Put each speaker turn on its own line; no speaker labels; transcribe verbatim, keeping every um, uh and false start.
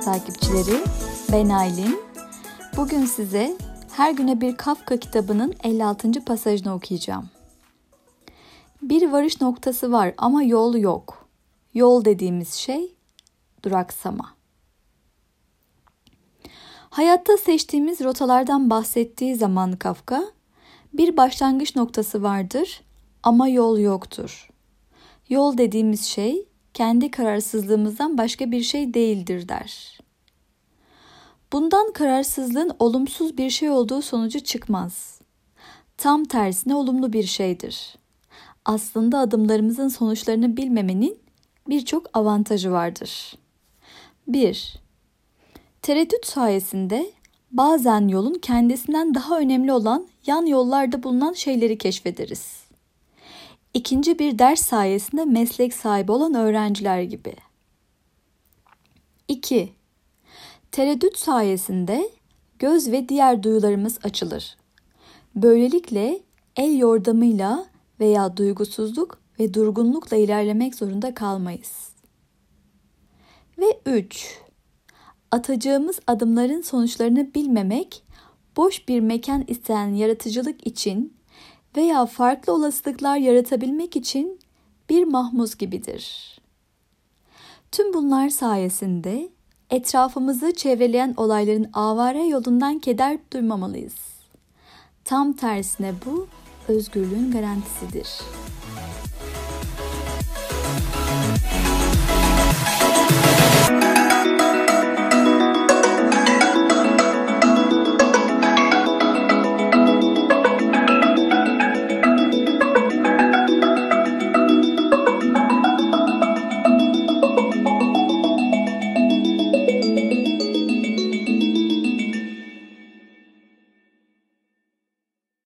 takipçileri, ben Aylin. Bugün size Her Güne Bir Kafka kitabının elli altıncı pasajını okuyacağım. Bir varış noktası var ama yol yok. Yol dediğimiz şey duraksama. Hayatta seçtiğimiz rotalardan bahsettiği zaman Kafka, bir başlangıç noktası vardır ama yol yoktur. Yol dediğimiz şey kendi kararsızlığımızdan başka bir şey değildir der. Bundan kararsızlığın olumsuz bir şey olduğu sonucu çıkmaz. Tam tersine olumlu bir şeydir. Aslında adımlarımızın sonuçlarını bilmemenin birçok avantajı vardır. bir. Tereddüt sayesinde bazen yolun kendisinden daha önemli olan yan yollarda bulunan şeyleri keşfederiz. İkinci bir ders sayesinde meslek sahibi olan öğrenciler gibi. iki. Tereddüt sayesinde göz ve diğer duyularımız açılır. Böylelikle el yordamıyla veya duygusuzluk ve durgunlukla ilerlemek zorunda kalmayız. Ve üç. Atacağımız adımların sonuçlarını bilmemek, boş bir mekan isteyen yaratıcılık için veya farklı olasılıklar yaratabilmek için bir mahmuz gibidir. Tüm bunlar sayesinde etrafımızı çevreleyen olayların avare yolundan keder duymamalıyız. Tam tersine bu özgürlüğün garantisidir.